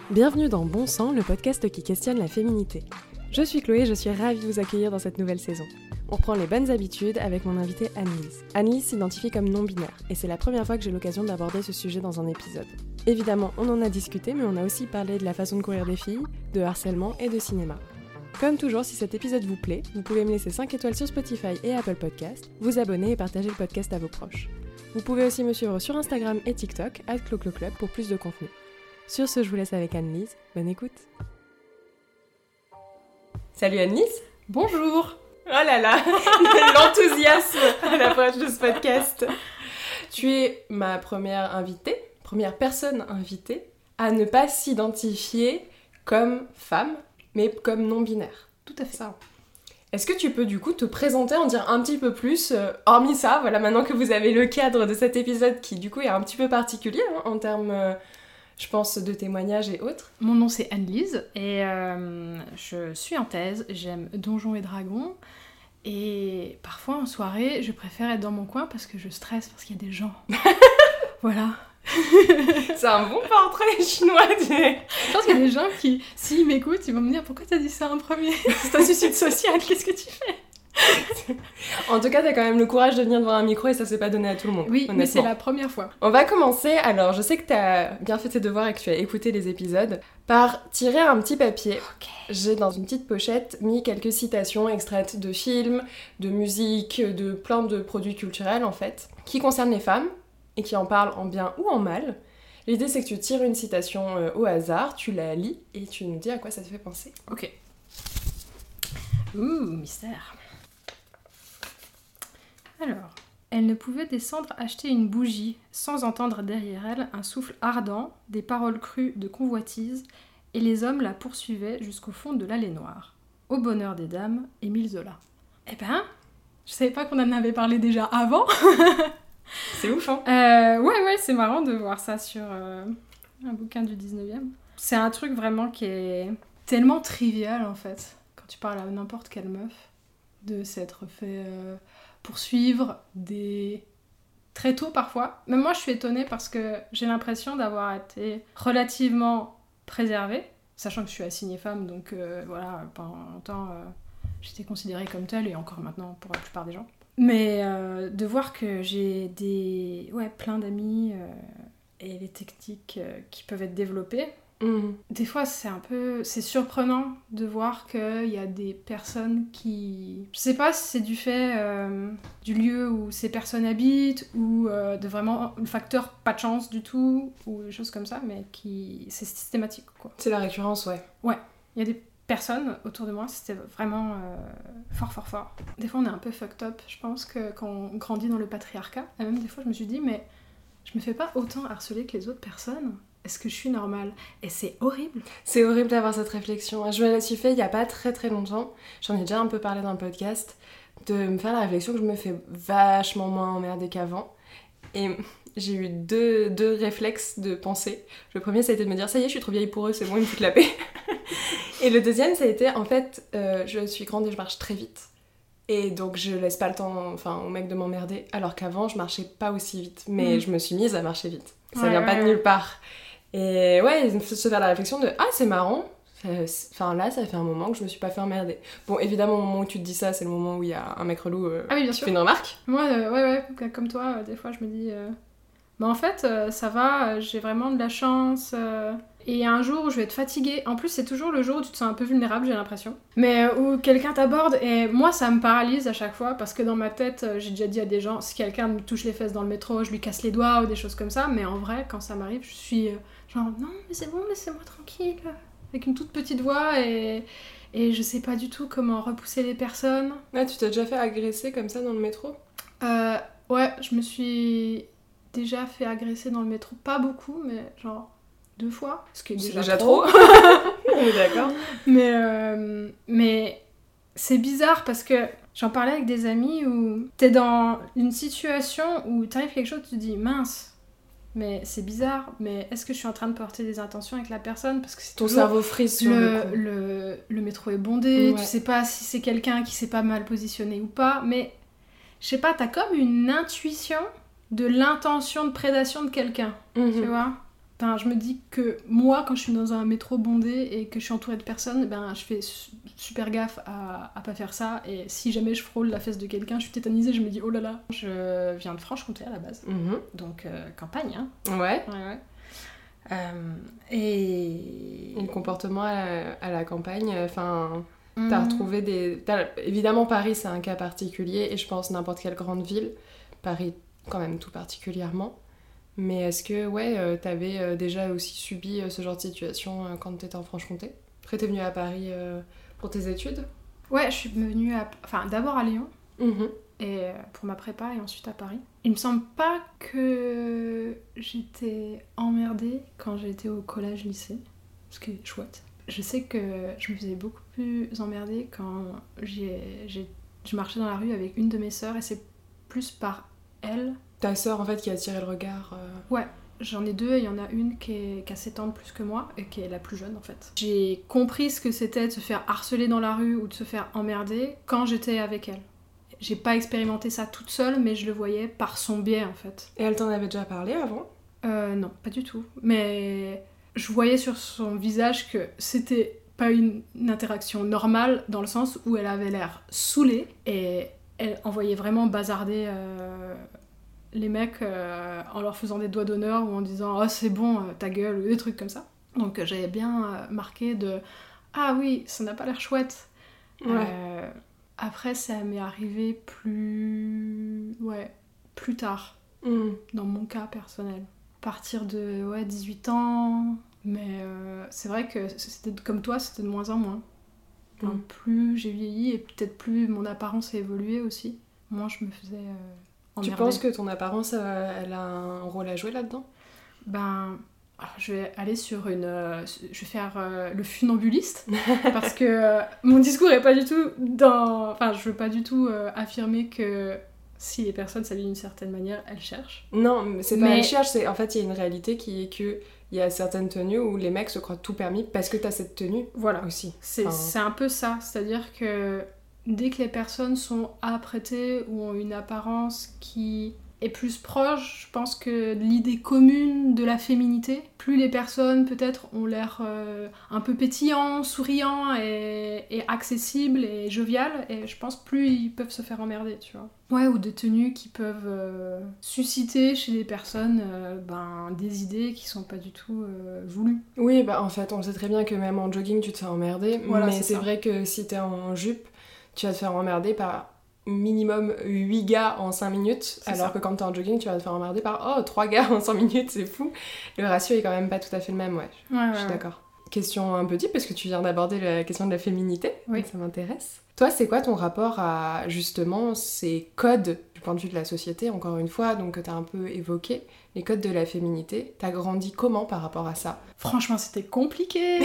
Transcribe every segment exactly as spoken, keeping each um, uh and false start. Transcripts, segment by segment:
Bienvenue dans Bon Sang, le podcast qui questionne la féminité. Je suis Chloé et je suis ravie de vous accueillir dans cette nouvelle saison. On reprend les bonnes habitudes avec mon invitée Anne-Lise. Anne-Lise s'identifie comme non-binaire et c'est la première fois que j'ai l'occasion d'aborder ce sujet dans un épisode. Évidemment, on en a discuté, mais on a aussi parlé de la façon de courir des filles, de harcèlement et de cinéma. Comme toujours, si cet épisode vous plaît, vous pouvez me laisser cinq étoiles sur Spotify et Apple Podcasts, vous abonner et partager le podcast à vos proches. Vous pouvez aussi me suivre sur Instagram et TikTok, arobase clocloclub, pour plus de contenu. Sur ce, je vous laisse avec Anne-Lise. Bonne écoute. Salut Anne-Lise. Bonjour. Oh là là, l'enthousiasme à l'approche de ce podcast. Tu es ma première invitée, première personne invitée à ne pas s'identifier comme femme, mais comme non-binaire. Tout à fait. Ça. Est-ce que tu peux du coup te présenter, en dire un petit peu plus, euh, hormis ça, voilà, maintenant que vous avez le cadre de cet épisode qui du coup est un petit peu particulier hein, en termes... Euh, je pense, de témoignages et autres. Mon nom c'est Anne-Lise et euh, je suis en thèse, j'aime Donjons et Dragons et parfois en soirée je préfère être dans mon coin parce que je stresse parce qu'il y a des gens. Voilà. C'est un bon portrait chinois. Du... Je pense qu'il y a des gens qui, s'ils m'écoutent, ils vont me dire pourquoi t'as dit ça en premier. C'est un suicide social, qu'est-ce que tu fais? En tout cas, t'as quand même le courage de venir devant un micro et ça s'est pas donné à tout le monde. Oui, mais c'est la première fois. On va commencer, alors je sais que t'as bien fait tes devoirs et que tu as écouté les épisodes, par tirer un petit papier. Okay. J'ai dans une petite pochette mis quelques citations extraites de films, de musique, de plein de produits culturels en fait, qui concernent les femmes et qui en parlent en bien ou en mal. L'idée c'est que tu tires une citation euh, au hasard, tu la lis et tu nous dis à quoi ça te fait penser. Ok. Ouh, mystère. Alors, elle ne pouvait descendre acheter une bougie sans entendre derrière elle un souffle ardent, des paroles crues de convoitise, et les hommes la poursuivaient jusqu'au fond de l'allée noire. Au bonheur des dames, Émile Zola. Eh ben, je savais pas qu'on en avait parlé déjà avant. C'est ouf, hein euh, Ouais, ouais, c'est marrant de voir ça sur euh, un bouquin du dix-neuvième. C'est un truc vraiment qui est tellement trivial, en fait, quand tu parles à n'importe quelle meuf, de s'être fait... Euh, poursuivre des... très tôt parfois. Même moi je suis étonnée parce que j'ai l'impression d'avoir été relativement préservée, sachant que je suis assignée femme, donc euh, voilà, pendant longtemps euh, j'étais considérée comme telle et encore maintenant pour la plupart des gens. Mais euh, de voir que j'ai des... ouais, plein d'amis euh, et les techniques euh, qui peuvent être développées, Mmh. Des fois, c'est un peu... c'est surprenant de voir qu'il y a des personnes qui... Je sais pas si c'est du fait euh, du lieu où ces personnes habitent ou euh, de vraiment le facteur pas de chance du tout ou des choses comme ça, mais qui... c'est systématique, quoi. C'est la récurrence, ouais. Ouais. Il y a des personnes autour de moi, c'était vraiment euh, fort, fort, fort. Des fois, on est un peu fucked up. Je pense que quand on grandit dans le patriarcat, et même des fois, je me suis dit, mais je me fais pas autant harceler que les autres personnes. Est-ce que je suis normale? Et c'est horrible. C'est horrible d'avoir cette réflexion. Je me la suis fait il y a pas très très longtemps. J'en ai déjà un peu parlé dans le podcast. De me faire la réflexion que je me fais vachement moins emmerder qu'avant. Et j'ai eu deux, deux réflexes de pensée. Le premier, ça a été de me dire « ça y est, je suis trop vieille pour eux, c'est bon, ils me foutent la paix ». Et le deuxième, ça a été en fait, euh, je suis grande et je marche très vite. Et donc je laisse pas le temps enfin, au mec de m'emmerder. Alors qu'avant, je marchais pas aussi vite. Mais mmh. je me suis mise à marcher vite. Ça ouais, vient ouais, pas de nulle part. Et ouais, se faire la réflexion de « ah, c'est marrant ». Enfin là, ça fait un moment que je me suis pas fait emmerder. Bon, évidemment, au moment où tu te dis ça, c'est le moment où il y a un mec relou euh, ah oui, bien qui sûr. fait une remarque. Moi, euh, ouais, ouais, comme toi, euh, des fois, je me dis... Euh... Bah en fait, euh, ça va, euh, j'ai vraiment de la chance... Euh... Et il y a un jour où je vais être fatiguée. En plus, c'est toujours le jour où tu te sens un peu vulnérable, j'ai l'impression. Mais euh, où quelqu'un t'aborde, et moi, ça me paralyse à chaque fois, parce que dans ma tête, euh, j'ai déjà dit à des gens, si quelqu'un me touche les fesses dans le métro, je lui casse les doigts, ou des choses comme ça. Mais en vrai, quand ça m'arrive, je suis... Euh, genre, non, mais c'est bon, laissez-moi tranquille. Avec une toute petite voix, et, et je sais pas du tout comment repousser les personnes. Ouais, tu t'es déjà fait agresser comme ça dans le métro? euh, Ouais, je me suis déjà fait agresser dans le métro. Pas beaucoup, mais genre... deux fois, ce qui est déjà, déjà trop. trop. On est d'accord. Mais, euh, mais c'est bizarre parce que j'en parlais avec des amis où t'es dans une situation où t'arrives quelque chose, tu te dis mince, mais c'est bizarre, mais est-ce que je suis en train de porter des intentions avec la personne? Parce que c'est ton cerveau frise sur le, le coup. Le, le métro est bondé, ouais. Tu sais pas si c'est quelqu'un qui s'est pas mal positionné ou pas, mais je sais pas, t'as comme une intuition de l'intention de prédation de quelqu'un, mmh. Tu vois? Enfin, je me dis que moi, quand je suis dans un métro bondé et que je suis entourée de personnes, ben, je fais su- super gaffe à, à pas faire ça. Et si jamais je frôle la fesse de quelqu'un, je suis tétanisée, je me dis oh là là. Je viens de Franche-Comté à la base, Mhm. donc euh, campagne, hein. Ouais. Ouais, ouais. Euh, et... Et le comportement à la, à la campagne, enfin, Mmh. t'as retrouvé des... t'as- Évidemment, Paris, c'est un cas particulier, et je pense n'importe quelle grande ville, Paris quand même tout particulièrement. Mais est-ce que, ouais, euh, t'avais euh, déjà aussi subi euh, ce genre de situation euh, quand t'étais en Franche-Comté? Après, t'es venue à Paris euh, pour tes études? Ouais, je suis venue à... enfin, d'abord à Lyon, Mhm. et euh, pour ma prépa, et ensuite à Paris. Il me semble pas que j'étais emmerdée quand j'étais au collège-lycée, ce qui est chouette. Je sais que je me faisais beaucoup plus emmerder quand j'ai, j'ai, je marchais dans la rue avec une de mes sœurs, et c'est plus par elle. Ta sœur, en fait, qui a attiré le regard. euh, Ouais, j'en ai deux, et il y en a une qui, est, qui a sept ans de plus que moi, et qui est la plus jeune en fait. J'ai compris ce que c'était de se faire harceler dans la rue ou de se faire emmerder quand j'étais avec elle. J'ai pas expérimenté ça toute seule, mais je le voyais par son biais en fait. Et elle t'en avait déjà parlé avant? Euh, non, pas du tout. Mais je voyais sur son visage que c'était pas une, une interaction normale, dans le sens où elle avait l'air saoulée, et elle envoyait vraiment bazarder euh, les mecs euh, en leur faisant des doigts d'honneur ou en disant « Oh, c'est bon, euh, ta gueule » ou des trucs comme ça. Donc euh, j'avais bien euh, marqué de « Ah oui, ça n'a pas l'air chouette. Ouais. Euh, après, ça m'est arrivé plus... Ouais, plus tard, Mhm. dans mon cas personnel. À partir de ouais, dix-huit ans, mais euh, c'est vrai que c'était comme toi, c'était de moins en moins. Enfin, Mhm. plus j'ai vieilli et peut-être plus mon apparence a évolué aussi, moins je me faisais euh, Tu emmerder. penses que ton apparence, euh, elle a un rôle à jouer là-dedans? Ben, alors, je vais aller sur une... euh, je vais faire euh, le funambuliste, parce que euh, mon discours est pas du tout dans... Enfin, je veux pas du tout euh, affirmer que si les personnes s'habillent d'une certaine manière, elles cherchent. Non, mais c'est pas Mais- elle cherche, c'est en fait il y a une réalité qui est que il y a certaines tenues où les mecs se croient tout permis parce que t'as cette tenue Voilà. aussi. C'est, Enfin, c'est un peu ça, c'est-à-dire que dès que les personnes sont apprêtées ou ont une apparence qui est plus proche, je pense que de l'idée commune de la féminité, plus les personnes peut-être ont l'air euh, un peu pétillants, souriants et, et accessibles et joviales, et je pense plus ils peuvent se faire emmerder, tu vois. Ouais, ou des tenues qui peuvent euh, susciter chez les personnes euh, ben, des idées qui sont pas du tout euh, voulues. Oui, bah en fait on sait très bien que même en jogging tu te fais emmerder, Voilà, mais c'est c'est ça. vrai que si t'es en jupe, tu vas te faire emmerder par minimum huit gars en cinq minutes, C'est alors ça. que quand t'es en jogging tu vas te faire emmerder par oh trois gars en cinq minutes, c'est fou. Le ratio est quand même pas tout à fait le même, ouais. Ouais, ouais, Je suis ouais. d'accord. Question un peu deep, parce que tu viens d'aborder la question de la féminité, Oui. donc ça m'intéresse. Toi, c'est quoi ton rapport à justement ces codes du point de vue de la société, encore une fois, donc que t'as un peu évoqué, les codes de la féminité? T'as grandi comment par rapport à ça? Franchement, c'était compliqué.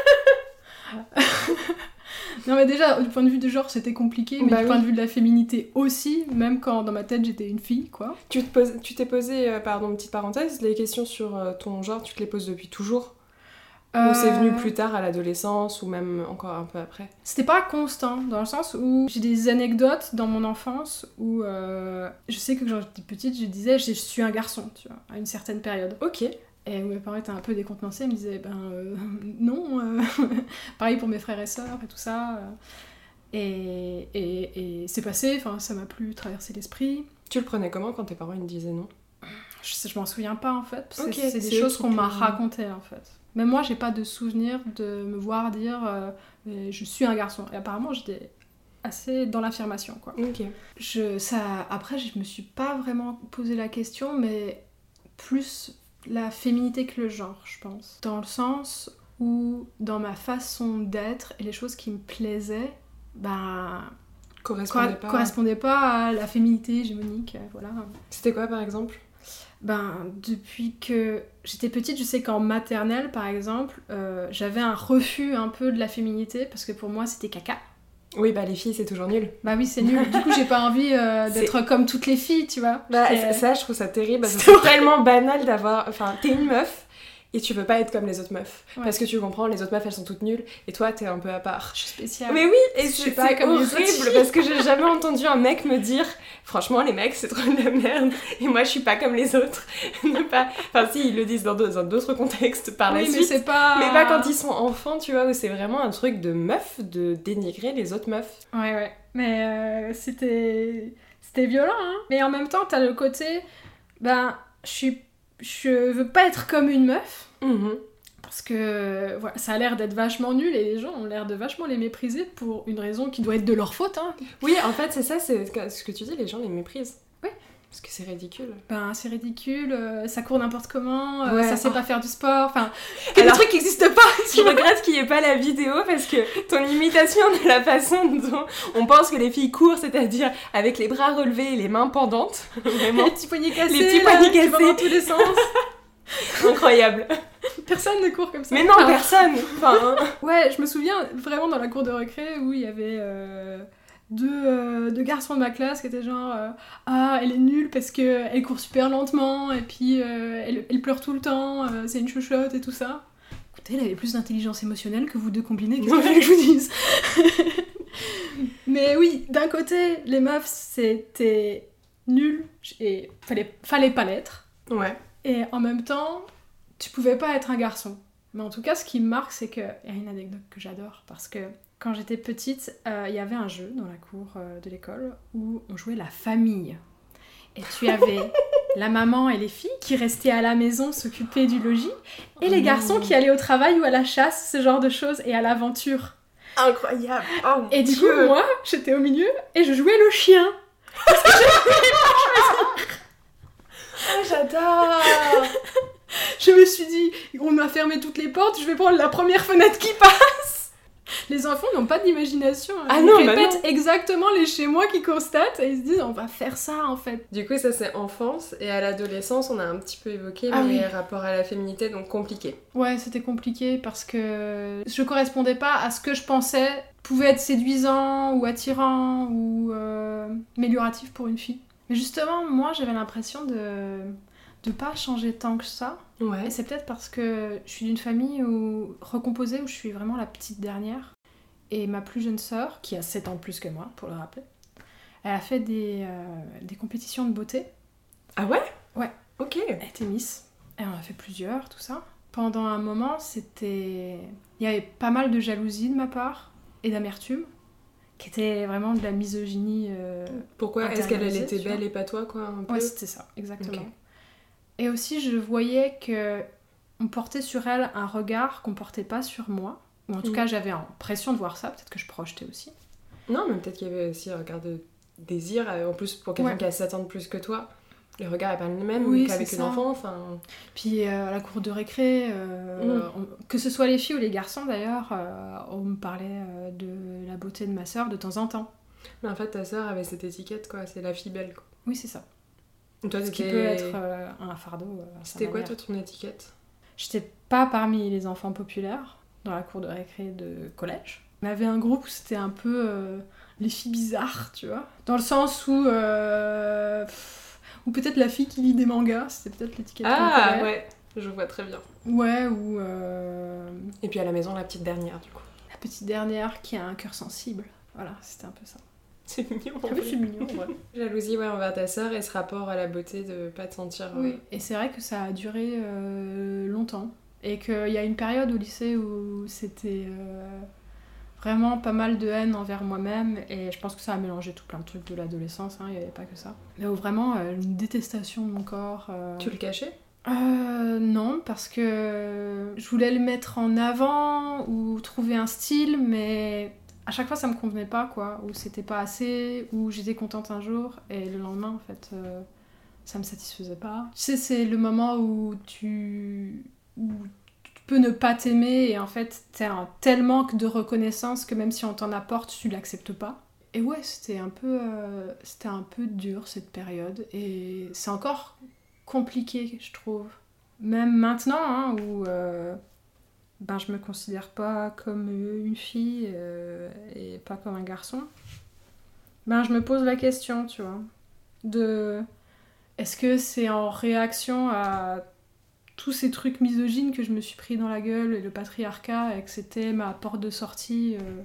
Non mais déjà, du point de vue du genre, c'était compliqué, mais Bah du oui. point de vue de la féminité aussi, même quand dans ma tête j'étais une fille, quoi. Tu te poses- tu t'es posé, euh, pardon, petite parenthèse, les questions sur euh, ton genre, tu te les poses depuis toujours? Ou c'est venu Euh, plus tard à l'adolescence, ou même encore un peu après? C'était pas constant, dans le sens où j'ai des anecdotes dans mon enfance où euh, je sais que quand j'étais petite, je disais je suis un garçon, tu vois, à une certaine période. Ok. Et où mes parents étaient un peu décontenancés, ils me disaient ben euh, non, euh, pareil pour mes frères et sœurs et tout ça. euh. Et, et, et c'est passé, enfin ça m'a plus traversé l'esprit. Tu le prenais comment quand tes parents ils te disaient non? Je, sais- je m'en souviens pas en fait, c'est, Ok, c'est des c'est eux choses qui qu'on m'a te- racontées en fait. Même moi j'ai pas de souvenir de me voir dire euh, Mais je suis un garçon. Et apparemment j'étais assez dans l'affirmation quoi. Ok. Je, ça, après je me suis pas vraiment posé la question, mais plus la féminité que le genre je pense. Dans le sens où dans ma façon d'être et les choses qui me plaisaient, ben Correspondait cor- pas. correspondaient pas à la féminité hégémonique, euh, voilà. C'était quoi par exemple? Ben, depuis que j'étais petite, je sais qu'en maternelle, par exemple, euh, j'avais un refus un peu de la féminité, parce que pour moi, c'était caca. Oui, bah les filles c'est toujours nul. Bah oui, c'est nul. Du coup, j'ai pas envie euh, C'est- d'être comme toutes les filles, tu vois. Bah J'étais- ça je trouve ça terrible, parce que C'est c'est tellement banal d'avoir... Enfin, t'es une meuf, Et tu veux pas être comme les autres meufs. Ouais. Parce que tu comprends, les autres meufs, elles sont toutes nulles. Et toi, t'es un peu à part. Je suis spéciale. Mais oui, et Je suis c'est pas c'est comme les autres horrible filles. parce que j'ai jamais entendu un mec me dire franchement les mecs c'est trop de la merde et moi je suis pas comme les autres. Ne pas... Enfin si, ils le disent dans d'autres, dans d'autres contextes par oui, la mais suite. c'est pas... Mais pas quand ils sont enfants, tu vois, où c'est vraiment un truc de meuf, de dénigrer les autres meufs. Ouais, ouais. Mais euh, c'était... C'était violent, hein. Mais en même temps, t'as le côté... Ben, je suis... Je veux pas être comme une meuf. Mmh. Parce que voilà, ça a l'air d'être vachement nul et les gens ont l'air de vachement les mépriser pour une raison qui doit être de leur faute. Hein. Oui, en fait, c'est ça, c'est ce que tu dis, les gens les méprisent. Oui. Parce que c'est ridicule. Ben, c'est ridicule, euh, ça court n'importe comment, euh, Ouais. ça sait pas faire du sport, enfin, Alors, des trucs qui n'existent pas. Je regrette qu'il n'y ait pas la vidéo parce que ton imitation de la façon dont on pense que les filles courent, c'est-à-dire avec les bras relevés et les mains pendantes, vraiment Les petits poignets cassés, Les petits là, poignets qui vont cassés. dans tous les sens. incroyable. Personne ne court comme ça. Mais non, Enfin, personne. Enfin, Ouais, je me souviens vraiment dans la cour de récré où il y avait euh, deux, euh, deux garçons de ma classe qui étaient genre euh, ah, elle est nulle parce qu'elle court super lentement et puis euh, elle, elle pleure tout le temps, euh, c'est une chouchotte et tout ça. Écoutez, elle avait plus d'intelligence émotionnelle que vous deux combinés, qu'est-ce que vous voulez que je vous dise? Mais oui, d'un côté, les meufs c'était nul et fallait, fallait pas l'être. ouais. Et en même temps, tu pouvais pas être un garçon. Mais en tout cas, ce qui me marque, c'est que... Il y a une anecdote que j'adore, parce que quand j'étais petite, euh, il y avait un jeu dans la cour euh, de l'école où on jouait la famille. Et tu avais la maman et les filles qui restaient à la maison s'occuper du logis, et les garçons qui allaient au travail ou à la chasse, ce genre de choses, et à l'aventure. Incroyable. Oh, Et du Dieu. coup, moi, j'étais au milieu, et je jouais le chien. Oh, j'adore. Je me suis dit, on m'a fermé toutes les portes, je vais prendre la première fenêtre qui passe. Les enfants n'ont pas d'imagination. Hein. Ah Ils non, bah répètent non. exactement les schémas qu'ils constatent et ils se disent, on va faire ça en fait. Du coup, ça c'est enfance et à l'adolescence, on a un petit peu évoqué Ah mais oui. rapport à la féminité, donc compliqué. Ouais, c'était compliqué parce que je correspondais pas à ce que je pensais pouvait être séduisant ou attirant ou euh, amélioratif pour une fille. Mais justement, moi j'avais l'impression de de pas changer tant que ça. Ouais. Et c'est peut-être parce que je suis d'une famille où, recomposée où je suis vraiment la petite dernière. Et ma plus jeune sœur, qui a sept ans de plus que moi, pour le rappeler, elle a fait des, euh, des compétitions de beauté. Ah ouais. Ouais. Ok. Elle était Miss. Elle en a fait plusieurs, tout ça. Pendant un moment, c'était... Il y avait pas mal de jalousie de ma part et d'amertume, qui était vraiment de la misogynie. Euh... Pourquoi est-ce qu'elle elle Internalisée, était tu vois. belle et pas toi, quoi, un peu. Ouais, c'était ça, exactement. Ok. Et aussi, je voyais que on portait sur elle un regard qu'on portait pas sur moi. Ou en tout Mhm. cas, j'avais l'impression de voir ça. Peut-être que je projetais aussi. Non, mais peut-être qu'il y avait aussi un regard de désir. euh, En plus, pour quelqu'un Ouais. qui a sept ans de plus que toi, le regard est pas le même Oui, qu'avec c'est une ça. enfant. Enfin, Puis euh, à la cour de récré, euh, Mhm. on- que ce soit les filles ou les garçons d'ailleurs, euh, on me parlait euh, de la beauté de ma sœur de temps en temps. mais en fait, ta sœur avait cette étiquette, quoi. C'est la fille belle, quoi. Oui, c'est ça. Toi, Ce qui t'étais- peut être euh, un fardeau. euh, à sa C'était quoi, manière. toi, ton étiquette? J'étais pas parmi les enfants populaires dans la cour de récré de collège. On avait un groupe où c'était un peu euh, les filles bizarres, tu vois. Dans le sens où... euh, pff, ou peut-être la fille qui lit des mangas, c'était peut-être l'étiquette qu'on Ah, collait. ouais. Je vois très bien. Ouais, ou euh, Et puis à la maison, la petite dernière, du coup. la petite dernière qui a un cœur sensible. Voilà, c'était un peu ça. C'est mignon. en Ah oui, vrai. c'est mignon, ouais. Jalousie, ouais, envers ta sœur et ce rapport à la beauté de pas te sentir... euh, Oui, et c'est vrai que ça a duré euh, longtemps. Et qu'il y a une période au lycée où c'était euh, vraiment pas mal de haine envers moi-même. Et je pense que ça a mélangé tout plein de trucs de l'adolescence, hein, il n'y avait pas que ça. Mais où vraiment euh, une détestation de mon corps. euh, Tu le cachais? Euh, non, parce que je voulais le mettre en avant ou trouver un style, mais à chaque fois ça me convenait pas, quoi. Ou c'était pas assez, ou j'étais contente un jour et le lendemain, en fait, euh, ça me satisfaisait pas. Tu sais, c'est le moment où tu, où tu peux ne pas t'aimer et en fait t'as un tel manque de reconnaissance que même si on t'en apporte, tu l'acceptes pas. Et ouais, c'était un peu, euh, c'était un peu dur cette période et c'est encore compliqué, je trouve. Même maintenant, hein, où euh, ben, je me considère pas comme une fille euh, et pas comme un garçon, ben, je me pose la question, tu vois, de est-ce que c'est en réaction à tous ces trucs misogynes que je me suis pris dans la gueule et le patriarcat et que c'était ma porte de sortie euh,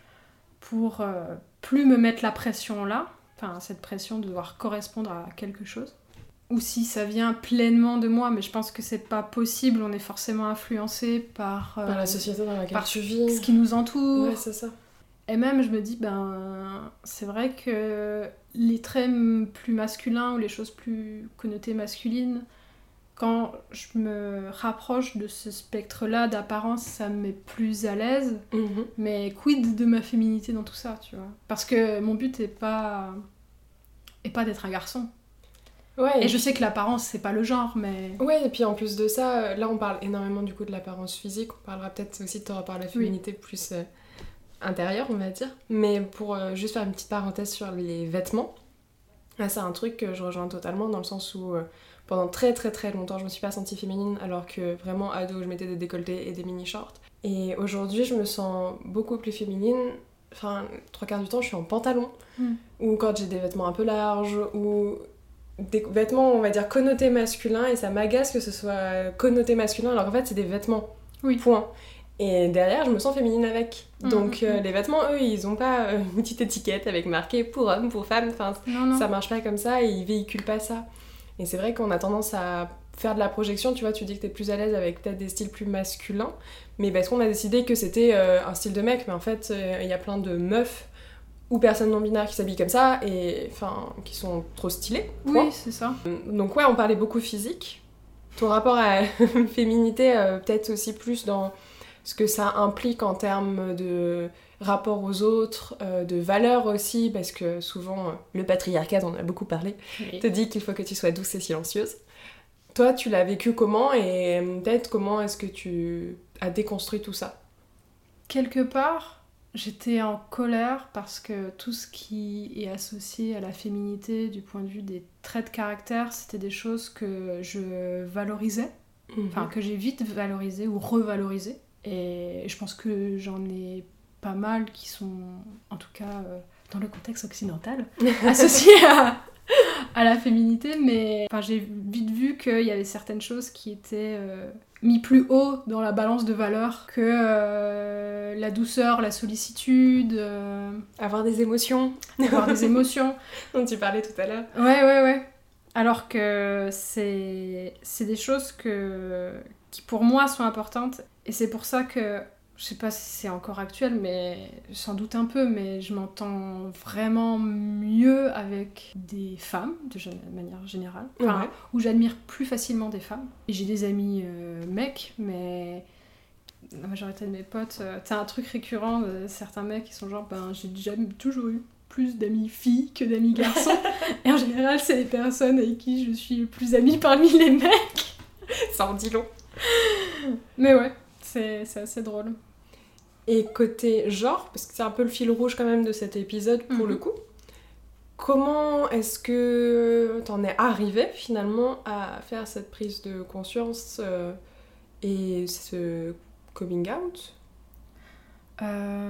pour euh, plus me mettre la pression là, enfin cette pression de devoir correspondre à quelque chose. Ou si ça vient pleinement de moi, mais je pense que c'est pas possible, on est forcément influencé par, euh, par la société dans laquelle par tu vis. ce qui nous entoure. Ouais, c'est ça. Et même, je me dis, ben, c'est vrai que les traits plus masculins ou les choses plus connotées masculines, quand je me rapproche de ce spectre-là d'apparence, ça me met plus à l'aise. Mm-hmm. Mais quid de ma féminité dans tout ça, tu vois? Parce que mon but est pas, est pas d'être un garçon. Ouais, et, et je sais que l'apparence, c'est pas le genre, mais... Ouais, et puis en plus de ça, là on parle énormément du coup de l'apparence physique, on parlera peut-être aussi de te reparler de la féminité oui. plus euh, intérieure, on va dire. Mais pour euh, juste faire une petite parenthèse sur les vêtements, là c'est un truc que je rejoins totalement dans le sens où euh, pendant très très très longtemps je me suis pas sentie féminine alors que vraiment ado je mettais des décolletés et des mini-shorts. Et aujourd'hui je me sens beaucoup plus féminine. Enfin, trois quarts du temps je suis en pantalon, mm. ou quand j'ai des vêtements un peu larges, ou... des vêtements, on va dire, connotés masculins, et ça m'agace que ce soit connoté masculin, alors qu'en fait, c'est des vêtements. Oui. Point. Et derrière, je me sens féminine avec. Mmh, Donc, mmh. Euh, les vêtements, eux, ils ont pas euh, une petite étiquette avec marqué pour homme, pour femme, enfin, non, non. Ça marche pas comme ça, et ils véhiculent pas ça. Et c'est vrai qu'on a tendance à faire de la projection, tu vois, tu dis que t'es plus à l'aise avec peut-être des styles plus masculins, mais parce qu'on a décidé que c'était euh, un style de mec, mais en fait, il euh, y a plein de meufs ou personnes non binaires qui s'habillent comme ça et enfin qui sont trop stylées. Oui, c'est ça. Donc ouais, on parlait beaucoup physique. Ton rapport à la féminité, euh, peut-être aussi plus dans ce que ça implique en termes de rapport aux autres, euh, de valeurs aussi, parce que souvent euh, le patriarcat, on en a beaucoup parlé, oui. te dit qu'il faut que tu sois douce et silencieuse. Toi, tu l'as vécu comment et peut-être comment est-ce que tu as déconstruit tout ça? Quelque part, j'étais en colère parce que tout ce qui est associé à la féminité du point de vue des traits de caractère, c'était des choses que je valorisais, mmh. enfin que j'ai vite valorisé ou revalorisé. Et je pense que j'en ai pas mal qui sont, en tout cas euh, dans le contexte occidental, associés à, à la féminité, mais enfin, j'ai vite vu qu'il y avait certaines choses qui étaient... Euh, mis plus haut dans la balance de valeur que euh, la douceur, la sollicitude... Euh... Avoir des émotions. Avoir des émotions. dont tu parlais tout à l'heure. Ouais, ouais, ouais. Alors que c'est, c'est des choses que... qui pour moi sont importantes. Et c'est pour ça que, je sais pas si c'est encore actuel, mais sans doute un peu, mais je m'entends vraiment mieux avec des femmes, de, de manière générale, enfin, ouais. où j'admire plus facilement des femmes. Et j'ai des amis euh, mecs, mais la majorité de mes potes, euh, t'as un truc récurrent de certains mecs qui sont genre, ben j'ai déjà toujours eu plus d'amis filles que d'amis garçons. Et en général, c'est les personnes avec qui je suis le plus amie parmi les mecs. Ça en dit long. Mais ouais, c'est, c'est assez drôle. Et côté genre, parce que c'est un peu le fil rouge quand même de cet épisode pour mmh. le coup, comment est-ce que t'en es arrivé finalement à faire cette prise de conscience euh, et ce coming out euh...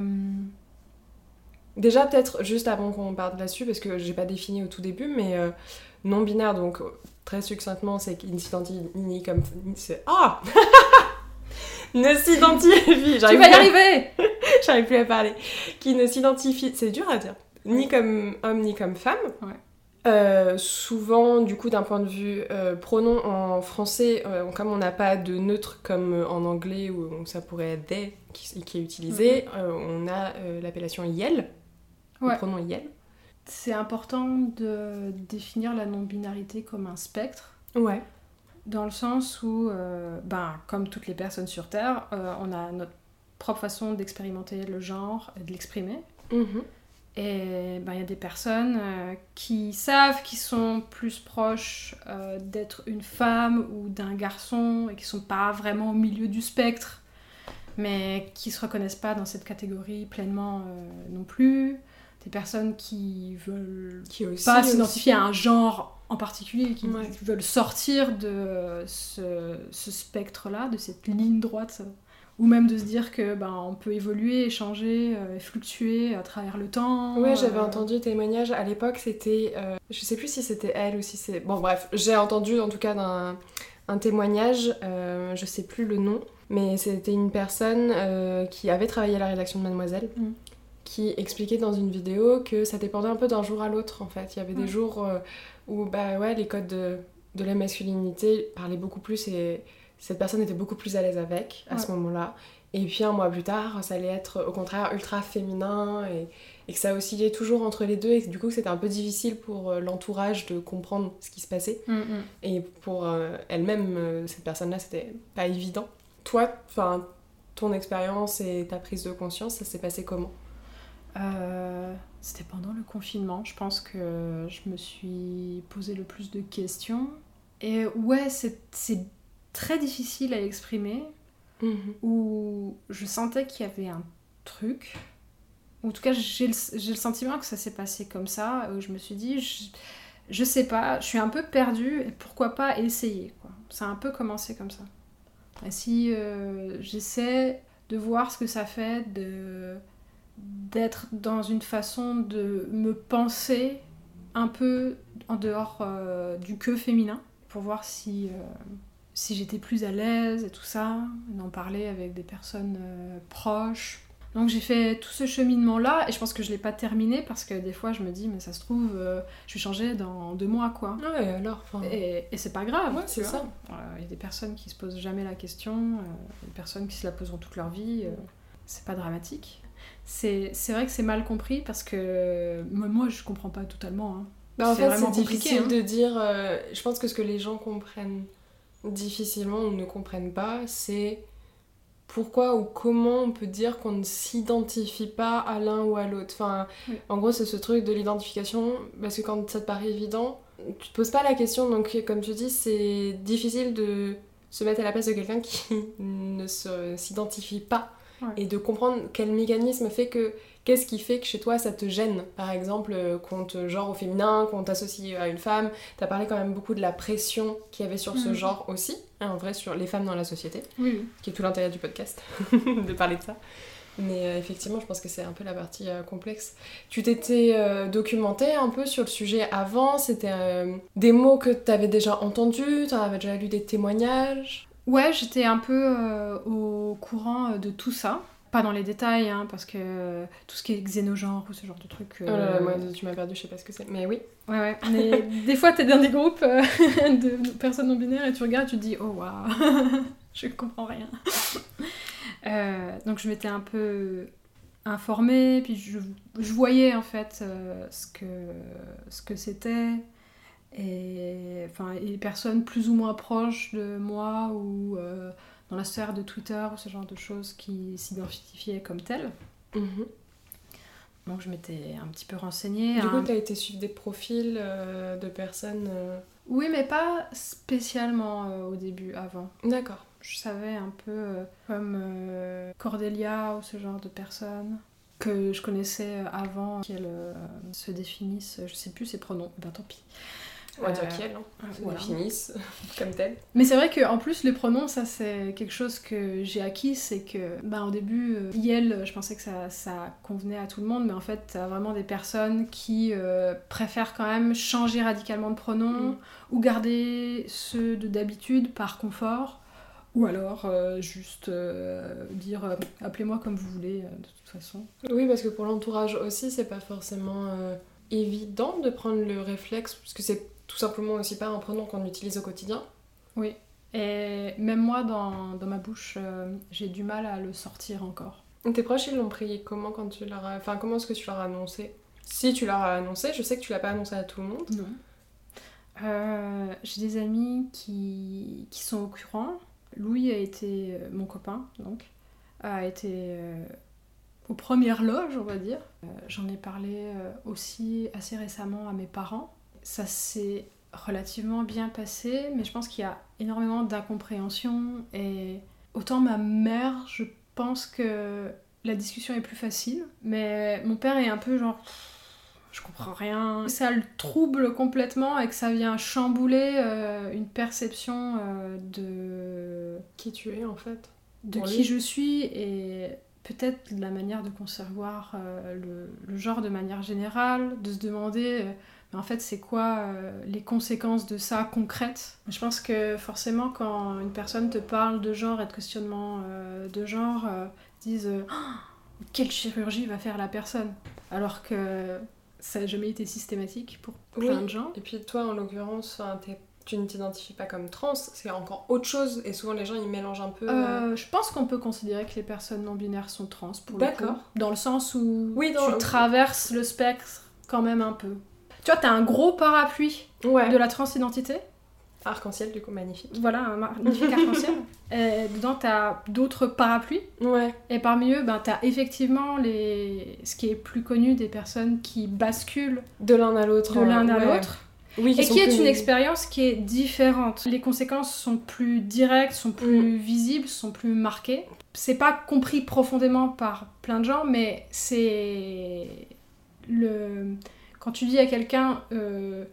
Déjà peut-être juste avant qu'on parte là-dessus, parce que j'ai pas défini au tout début, mais euh, non-binaire, donc très succinctement, c'est qu'il ne s'identifie ni comme... C'est... Ah ne s'identifie... Tu vas y arriver. J'arrive plus à parler. Qui ne s'identifie... C'est dur à dire. Ni comme homme, ni comme femme. Ouais. Euh, souvent, du coup, d'un point de vue euh, pronom en français, euh, comme on n'a pas de neutre comme en anglais, où ça pourrait être they qui, qui est utilisé, mm-hmm. euh, on a euh, l'appellation yel, ouais. le pronom yel. C'est important de définir la non-binarité comme un spectre. Ouais. Dans le sens où, euh, ben, comme toutes les personnes sur Terre, euh, on a notre propre façon d'expérimenter le genre et de l'exprimer. Mm-hmm. Et ben, y a des personnes euh, qui savent qu'ils sont plus proches euh, d'être une femme ou d'un garçon et qui sont pas vraiment au milieu du spectre, mais qui se reconnaissent pas dans cette catégorie pleinement euh, non plus. Des personnes qui veulent qui aussi, pas aussi. s'identifier à un genre en particulier, qui ouais. veulent sortir de ce, ce spectre-là, de cette ligne droite, ou même de se dire que ben, on peut évoluer, échanger, euh, fluctuer à travers le temps. Ouais, j'avais euh... entendu témoignage à l'époque, c'était... Euh, je sais plus si c'était elle ou si c'est... Bon bref, j'ai entendu en tout cas d'un, un témoignage, euh, je sais plus le nom, mais c'était une personne euh, qui avait travaillé à la rédaction de Mademoiselle, mm. qui expliquait dans une vidéo que ça dépendait un peu d'un jour à l'autre en fait. Il y avait ouais. des jours euh, où bah, ouais, les codes de, de la masculinité parlaient beaucoup plus et cette personne était beaucoup plus à l'aise avec à ouais. ce moment-là. Et puis un mois plus tard, ça allait être au contraire ultra féminin et, et que ça oscillait toujours entre les deux et que du coup c'était un peu difficile pour euh, l'entourage de comprendre ce qui se passait. Mm-hmm. Et pour euh, elle-même, euh, cette personne-là, c'était pas évident. Toi, enfin, ton expérience et ta prise de conscience, ça s'est passé comment ? euh, C'était pendant le confinement. Je pense que je me suis posé le plus de questions. Et ouais, c'est, c'est très difficile à exprimer. Mmh. Où je sentais qu'il y avait un truc. En tout cas, j'ai le, j'ai le sentiment que ça s'est passé comme ça. Où je me suis dit, je, je sais pas, je suis un peu perdue. Et pourquoi pas essayer, quoi. Ça a un peu commencé comme ça. Et si euh, j'essaie de voir ce que ça fait de, d'être dans une façon de me penser un peu en dehors euh, du que féminin, pour voir si, euh, si j'étais plus à l'aise et tout ça, d'en parler avec des personnes euh, proches. Donc j'ai fait tout ce cheminement-là, et je pense que je l'ai pas terminé, parce que des fois je me dis, mais ça se trouve, euh, je vais changer dans deux mois, quoi. Ouais, alors, enfin... Et, et c'est pas grave, ouais, c'est ça. Il euh, y a des personnes qui se posent jamais la question, euh, des personnes qui se la poseront toute leur vie, euh, c'est pas dramatique. C'est, c'est vrai que c'est mal compris, parce que moi je comprends pas totalement. Hein. Bah en c'est fait c'est difficile hein. de dire, euh, je pense que ce que les gens comprennent difficilement ou ne comprennent pas, c'est... pourquoi ou comment on peut dire qu'on ne s'identifie pas à l'un ou à l'autre. Enfin, oui. En gros, c'est ce truc de l'identification, parce que quand ça te paraît évident, tu te poses pas la question, donc comme tu dis, c'est difficile de se mettre à la place de quelqu'un qui ne se, s'identifie pas, ouais. Et de comprendre quel mécanisme fait que... Qu'est-ce qui fait que chez toi ça te gêne ? Par exemple, qu'on te genre au féminin, qu'on t'associe à une femme. T'as parlé quand même beaucoup de la pression qu'il y avait sur mmh. ce genre aussi, hein, en vrai, sur les femmes dans la société, oui. Qui est tout l'intérêt du podcast, de parler de ça. Mais euh, effectivement, je pense que c'est un peu la partie euh, complexe. Tu t'étais euh, documentée un peu sur le sujet avant, c'était euh, des mots que t'avais déjà entendus, t'en avais déjà lu des témoignages ? Ouais, j'étais un peu euh, au courant de tout ça. Pas dans les détails, hein, parce que euh, tout ce qui est xénogenre ou ce genre de trucs... Euh... Oh là là, moi, tu m'as perdu, je sais pas ce que c'est, mais oui. Ouais, ouais, mais des fois, t'es dans des groupes euh, de personnes non-binaires et tu regardes, tu te dis « Oh, waouh, je comprends rien. » euh, Donc, je m'étais un peu informée, puis je, je voyais, en fait, euh, ce que, ce que c'était. Et, enfin, les personnes plus ou moins proches de moi ou... Euh, dans la sphère de Twitter ou ce genre de choses qui s'identifiaient comme telles. Mmh. Donc je m'étais un petit peu renseignée. Du coup, hein. T'as été suivre des profils euh, de personnes... Euh... Oui, mais pas spécialement euh, au début, avant. D'accord. Je savais un peu euh, comme euh, Cordelia ou ce genre de personnes que je connaissais avant qu'elles euh, se définissent, je sais plus ses pronoms, ben tant pis. On va dire qui elle, hein. Voilà. Définissent comme tel. Mais c'est vrai qu'en plus, les pronoms, ça c'est quelque chose que j'ai acquis, c'est que bah, au début, euh, Yel, je pensais que ça, ça convenait à tout le monde, mais en fait, t'as vraiment des personnes qui euh, préfèrent quand même changer radicalement de pronom mmh. ou garder ceux de d'habitude par confort, ou alors euh, juste euh, dire euh, appelez-moi comme vous voulez, euh, de toute façon. Oui, parce que pour l'entourage aussi, c'est pas forcément euh, évident de prendre le réflexe, parce que c'est tout simplement aussi pas un pronom qu'on utilise au quotidien. Oui, et même moi, dans, dans ma bouche, euh, j'ai du mal à le sortir encore. Tes proches, ils l'ont pris comment quand tu leur as... Enfin, comment est-ce que tu leur as annoncé ? Si tu leur as annoncé, je sais que tu l'as pas annoncé à tout le monde. Non. Euh, j'ai des amis qui, qui sont au courant. Louis a été... Euh, mon copain, donc, a été... Euh, aux premières loges, on va dire. Euh, j'en ai parlé euh, aussi assez récemment à mes parents. Ça s'est relativement bien passé, mais je pense qu'il y a énormément d'incompréhension. Et autant ma mère, je pense que la discussion est plus facile, mais mon père est un peu genre... Je comprends rien. Ça le trouble complètement et que ça vient chambouler euh, une perception euh, de... Qui tu es, en fait. De qui lui. Je suis et... peut-être la manière de concevoir euh, le, le genre de manière générale, de se demander euh, Mais en fait, c'est quoi euh, les conséquences de ça concrètes ? Je pense que forcément, quand une personne te parle de genre et de questionnement euh, de genre, euh, ils disent euh, oh, quelle chirurgie va faire la personne ? Alors que ça n'a jamais été systématique pour plein oui. de gens. Et puis toi, en l'occurrence, tu ne t'identifies pas comme trans, c'est encore autre chose. Et souvent, les gens, ils mélangent un peu... Euh, euh... Je pense qu'on peut considérer que les personnes non-binaires sont trans, pour le coup. D'accord. Dans le sens où oui, dans... tu traverses le spectre quand même un peu. Tu vois, t'as un gros parapluie ouais. de la transidentité. Arc-en-ciel, du coup, magnifique. Voilà, un magnifique arc-en-ciel. Et dedans, t'as d'autres parapluies. Ouais. Et parmi eux, ben, t'as effectivement les... ce qui est plus connu des personnes qui basculent de l'un à l'autre. De l'un à ouais. l'autre. Oui, et qui est plus... une expérience qui est différente. Les conséquences sont plus directes, sont plus mm. visibles, sont plus marquées. C'est pas compris profondément par plein de gens, mais c'est... le... Quand tu dis à quelqu'un euh,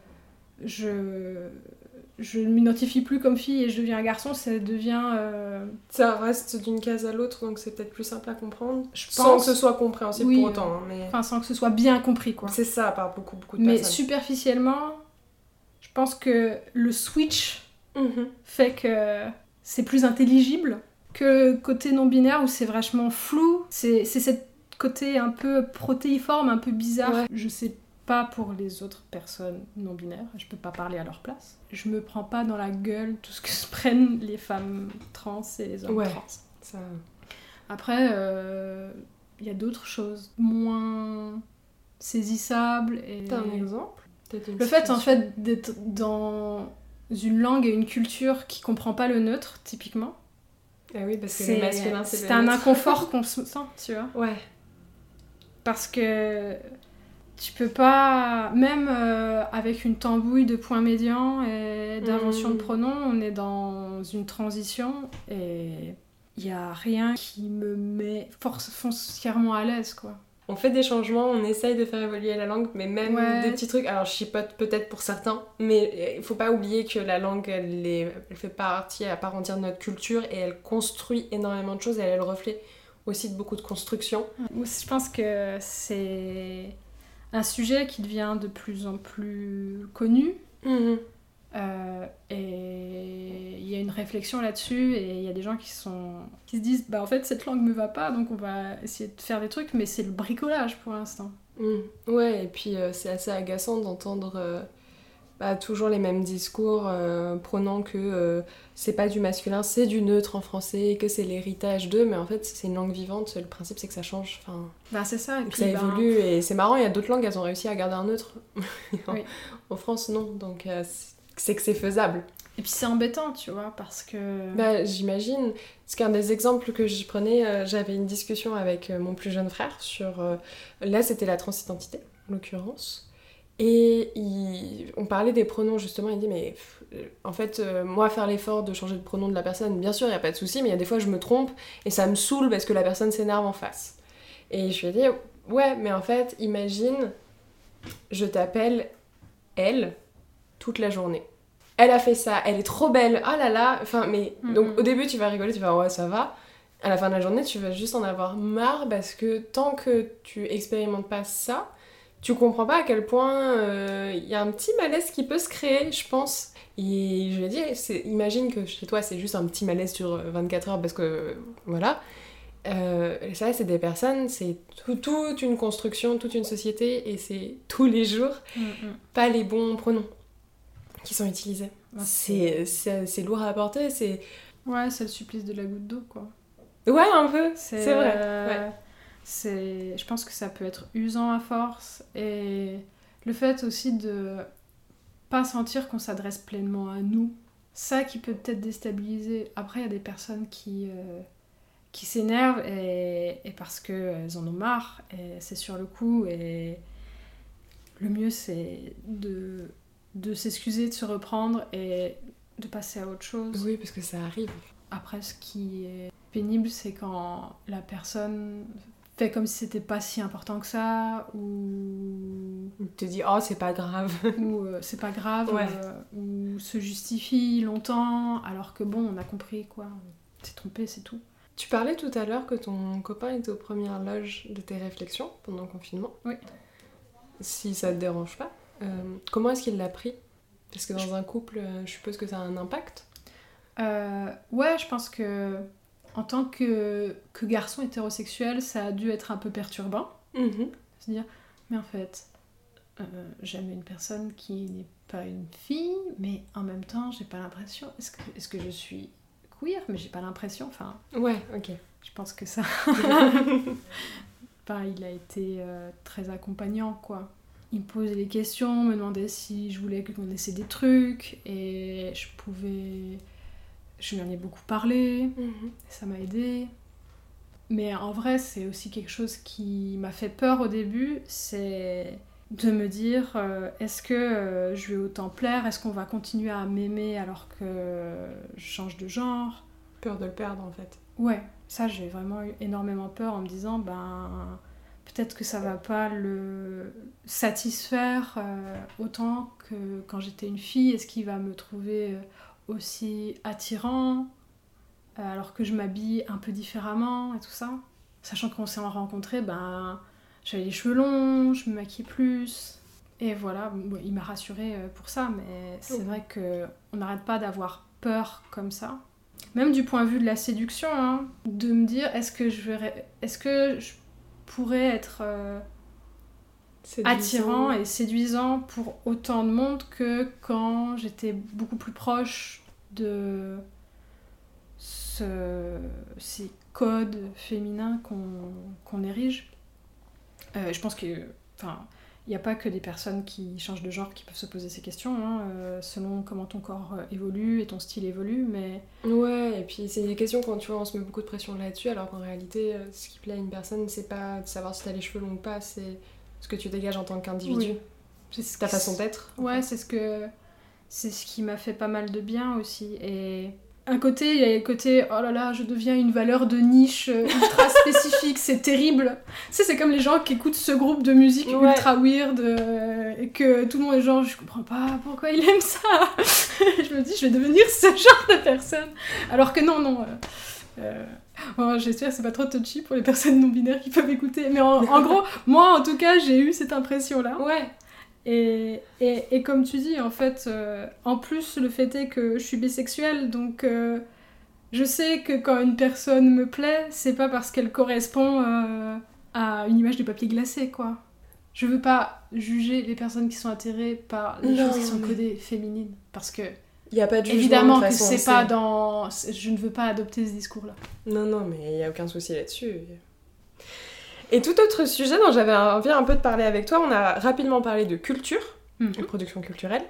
je... je ne m'identifie plus comme fille et je deviens un garçon, ça devient... Euh... Ça reste d'une case à l'autre, donc c'est peut-être plus simple à comprendre. Je pense... Sans que ce soit compréhensible oui, pour autant. Hein, mais... Enfin, sans que ce soit bien compris, quoi. C'est ça, par beaucoup, beaucoup de mais personnes. Mais superficiellement, je pense que le switch mm-hmm. fait que c'est plus intelligible que côté non-binaire où c'est vachement flou. C'est, c'est ce côté un peu protéiforme, un peu bizarre. Ouais. Je sais pas pour les autres personnes non-binaires, je peux pas parler à leur place. Je me prends pas dans la gueule tout ce que se prennent les femmes trans et les hommes ouais, trans. Ça... Après, il euh, y a d'autres choses moins saisissables. Et... T'as un exemple ? Le fait, en fait, d'être dans une langue et une culture qui comprend pas le neutre, typiquement. Ah oui, parce que c'est, le masculin, c'est, c'est le un neutre. inconfort qu'on se sent, tu vois. Ouais. Parce que tu peux pas... Même euh, avec une tambouille de points médians et d'invention mmh. de pronoms, on est dans une transition et il y a rien qui me met force, foncièrement à l'aise, quoi. On fait des changements, on essaye de faire évoluer la langue, mais même ouais. des petits trucs, alors je chipote peut-être pour certains, mais il faut pas oublier que la langue, elle, est, elle fait partie à part entière de notre culture et elle construit énormément de choses et elle est le reflet aussi de beaucoup de constructions. Je pense que c'est un sujet qui devient de plus en plus connu. Mmh. Euh, et il y a une réflexion là-dessus et il y a des gens qui sont qui se disent bah en fait cette langue me va pas donc on va essayer de faire des trucs mais c'est le bricolage pour l'instant. Mmh. Ouais, et puis euh, c'est assez agaçant d'entendre euh, bah, toujours les mêmes discours euh, prônant que euh, c'est pas du masculin, c'est du neutre en français, que c'est l'héritage d'eux, mais en fait c'est une langue vivante, le principe c'est que ça change, enfin bah, c'est ça, et puis, ça bah... évolue et c'est marrant, il y a d'autres langues elles ont réussi à garder un neutre en, oui. en France non, donc euh, c'est que c'est faisable. Et puis c'est embêtant, tu vois, parce que... Bah, j'imagine. Parce qu'un des exemples que je prenais, euh, j'avais une discussion avec euh, mon plus jeune frère sur... Euh, là, c'était la transidentité, en l'occurrence. Et il... on parlait des pronoms, justement. Il dit, mais pff, en fait, euh, moi, faire l'effort de changer de pronom de la personne, bien sûr, il n'y a pas de souci, mais il y a des fois, je me trompe et ça me saoule parce que la personne s'énerve en face. Et je lui ai dit, ouais, mais en fait, imagine, je t'appelle elle toute la journée. Elle a fait ça, elle est trop belle, oh là là, enfin, mais... Mm-hmm. Donc, au début, tu vas rigoler, tu vas ouais, ça va. À la fin de la journée, tu vas juste en avoir marre parce que tant que tu expérimentes pas ça, tu comprends pas à quel point il euh, y a un petit malaise qui peut se créer, je pense. Et je lui ai dit, c'est, imagine que chez toi, c'est juste un petit malaise sur vingt-quatre heures parce que, voilà. Euh, ça, c'est des personnes, c'est tout, toute une construction, toute une société et c'est tous les jours mm-hmm. pas les bons pronoms qui sont utilisés. Ouais, c'est, c'est, c'est lourd à porter, c'est... Ouais, c'est le supplice de la goutte d'eau, quoi. Ouais, un peu, c'est, c'est vrai. Euh, ouais. c'est... Je pense que ça peut être usant à force, et le fait aussi de pas sentir qu'on s'adresse pleinement à nous, ça qui peut peut-être déstabiliser. Après, il y a des personnes qui, euh, qui s'énervent, et, et parce qu'elles en ont marre, et c'est sur le coup, et le mieux, c'est de... de s'excuser, de se reprendre et de passer à autre chose. Oui, parce que ça arrive. Après, ce qui est pénible, c'est quand la personne fait comme si c'était pas si important que ça, ou... ou te dit « oh, c'est pas grave ». Ou euh, c'est pas grave, ouais. euh, ou se justifie longtemps, alors que bon, on a compris, quoi. On s'est trompé, c'est tout. Tu parlais tout à l'heure que ton copain était aux premières loges de tes réflexions pendant le confinement. Oui. Si ça te dérange pas. Euh, comment est-ce qu'il l'a pris ? Parce que dans un couple, euh, je suppose que ça a un impact. Euh, ouais, je pense que en tant que, que garçon hétérosexuel, ça a dû être un peu perturbant. Mmh. Se dire, mais en fait, euh, j'aime une personne qui n'est pas une fille, mais en même temps, j'ai pas l'impression. Est-ce que, est-ce que je suis queer, mais j'ai pas l'impression. Enfin, ouais, ok. Je pense que ça. Enfin, il a été euh, très accompagnant, quoi. Il me posait des questions, me demandait si je voulais qu'on essaie des trucs, et je pouvais. Je lui en ai beaucoup parlé, Mmh. ça m'a aidée. Mais en vrai, c'est aussi quelque chose qui m'a fait peur au début, c'est de me dire euh, est-ce que euh, je vais autant plaire, est-ce qu'on va continuer à m'aimer alors que je change de genre. Peur de le perdre en fait. Ouais, ça j'ai vraiment eu énormément peur en me disant ben peut-être que ça va pas le satisfaire euh, autant que quand j'étais une fille, est-ce qu'il va me trouver aussi attirant alors que je m'habille un peu différemment et tout ça. Sachant qu'on s'est rencontrés, ben, j'avais les cheveux longs, je me maquillais plus. Et voilà, bon, il m'a rassurée pour ça, mais c'est Oh. vrai qu'on n'arrête pas d'avoir peur comme ça. Même du point de vue de la séduction, hein, de me dire est-ce que je, verrais, est-ce que je pourrais être euh, attirant et séduisant pour autant de monde que quand j'étais beaucoup plus proche de ce, ces codes féminins qu'on, qu'on érige. Euh, je pense que, enfin, il n'y a pas que des personnes qui changent de genre qui peuvent se poser ces questions, hein, euh, selon comment ton corps évolue et ton style évolue, mais... Ouais, et puis c'est des questions quand tu vois, on se met beaucoup de pression là-dessus, alors qu'en réalité, ce qui plaît à une personne, c'est pas de savoir si t'as les cheveux longs ou pas, c'est ce que tu dégages en tant qu'individu. Oui. C'est ce ta qui... façon d'être. Ouais, fait. c'est ce que... C'est ce qui m'a fait pas mal de bien aussi, et... Un côté, il y a le côté, oh là là, je deviens une valeur de niche ultra spécifique, c'est terrible. Tu sais, c'est comme les gens qui écoutent ce groupe de musique ouais. ultra weird, euh, et que tout le monde est genre, je comprends pas pourquoi il aime ça. Je me dis, je vais devenir ce genre de personne. Alors que non, non. Euh, euh, bon, j'espère que c'est pas trop touchy pour les personnes non-binaires qui peuvent écouter. Mais en, en gros, moi, en tout cas, j'ai eu cette impression-là. Ouais. Et, et, et comme tu dis, en fait, euh, en plus, le fait est que je suis bisexuelle, donc euh, je sais que quand une personne me plaît, c'est pas parce qu'elle correspond euh, à une image de papier glacé, quoi. Je veux pas juger les personnes qui sont attirées par les non, choses qui sont mais... codées féminines, parce que... Il y a pas de jugement, évidemment de que façon, c'est, c'est pas dans... Je ne veux pas adopter ce discours-là. Non, non, mais il y a aucun souci là-dessus. Et tout autre sujet dont j'avais envie un peu de parler avec toi, on a rapidement parlé de culture, mm-hmm. de production culturelle.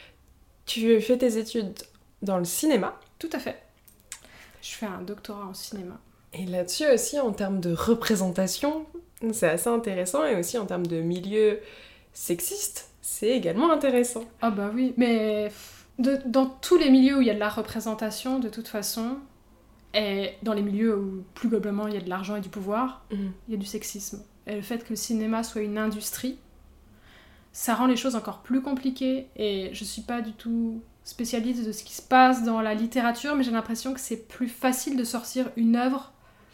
Tu fais tes études dans le cinéma. Tout à fait. Je fais un doctorat en cinéma. Et là-dessus aussi, en termes de représentation, c'est assez intéressant. Et aussi en termes de milieu sexiste, c'est également intéressant. Ah bah oui, mais de, dans tous les milieux où il y a de la représentation, de toute façon... Et dans les milieux où, plus globalement, il y a de l'argent et du pouvoir, mmh. il y a du sexisme. Et le fait que le cinéma soit une industrie, ça rend les choses encore plus compliquées. Et je suis pas du tout spécialiste de ce qui se passe dans la littérature, mais j'ai l'impression que c'est plus facile de sortir une œuvre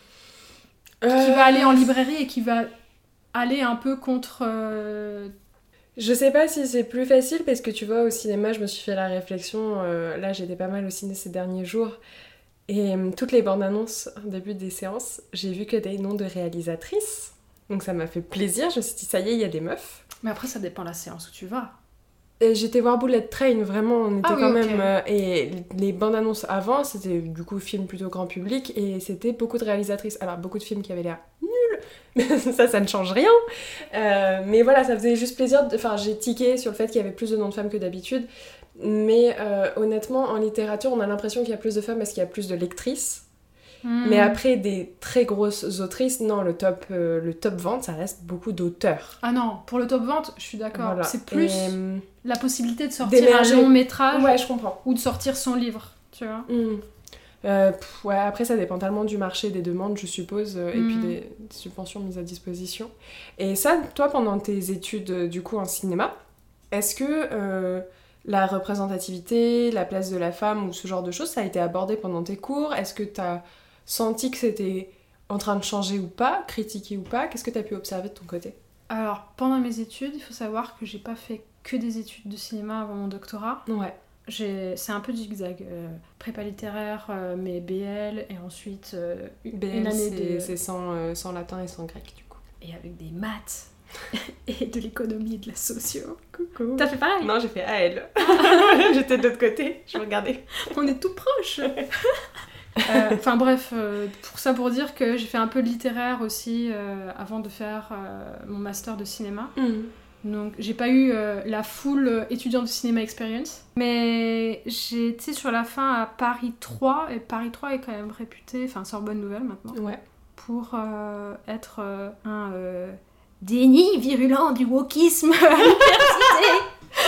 euh... qui va aller en librairie et qui va aller un peu contre... Euh... Je sais pas si c'est plus facile, parce que tu vois, au cinéma, je me suis fait la réflexion, euh, là j'étais pas mal au ciné ces derniers jours, et euh, toutes les bandes annonces au début des séances, j'ai vu que des noms de réalisatrices. Donc ça m'a fait plaisir, je me suis dit ça y est, il y a des meufs. Mais après ça dépend de la séance où tu vas. Et j'étais voir Bullet Train, vraiment, on était ah, quand oui, même... Okay. Euh, et les bandes annonces avant, c'était du coup film plutôt grand public, et c'était beaucoup de réalisatrices. Alors beaucoup de films qui avaient l'air nuls, mais ça, ça ne change rien. Euh, mais voilà, ça faisait juste plaisir, de... enfin j'ai tiqué sur le fait qu'il y avait plus de noms de femmes que d'habitude. Mais euh, honnêtement, en littérature, on a l'impression qu'il y a plus de femmes parce qu'il y a plus de lectrices. Mmh. Mais après, des très grosses autrices, non, le top, euh, le top vente, ça reste beaucoup d'auteurs. Ah non, pour le top vente, je suis d'accord. Voilà. C'est plus Et... la possibilité de sortir d'émerger. Un long métrage. Ouais, je comprends. Ou de sortir son livre, tu vois. Mmh. Euh, pff, ouais, après, ça dépend tellement du marché, des demandes, je suppose, euh, mmh. et puis des, des subventions mises à disposition. Et ça, toi, pendant tes études, euh, du coup, en cinéma, est-ce que... Euh, la représentativité, la place de la femme ou ce genre de choses, ça a été abordé pendant tes cours? Est-ce que t'as senti que c'était en train de changer ou pas, critiqué ou pas? Qu'est-ce que t'as pu observer de ton côté? Alors, pendant mes études, il faut savoir que j'ai pas fait que des études de cinéma avant mon doctorat. Ouais. J'ai... C'est un peu du zigzag. Euh, prépa littéraire, euh, mais B L, et ensuite euh, B L, une année c'est, de... c'est sans, euh, sans latin et sans grec, du coup. Et avec des maths et de l'économie et de la socio. Coucou. T'as fait pareil? Non, j'ai fait A L. J'étais de l'autre côté, je regardais. On est tout proches. Enfin euh, bref, euh, pour ça pour dire que j'ai fait un peu de littéraire aussi euh, avant de faire euh, mon master de cinéma. Mmh. Donc j'ai pas eu euh, la full euh, étudiante de cinéma experience. Mais j'ai été sur la fin à Paris trois, et Paris trois est quand même réputé, enfin Sorbonne Nouvelle maintenant, Ouais. pour euh, être euh, un euh, déni virulent du wokisme à l'université.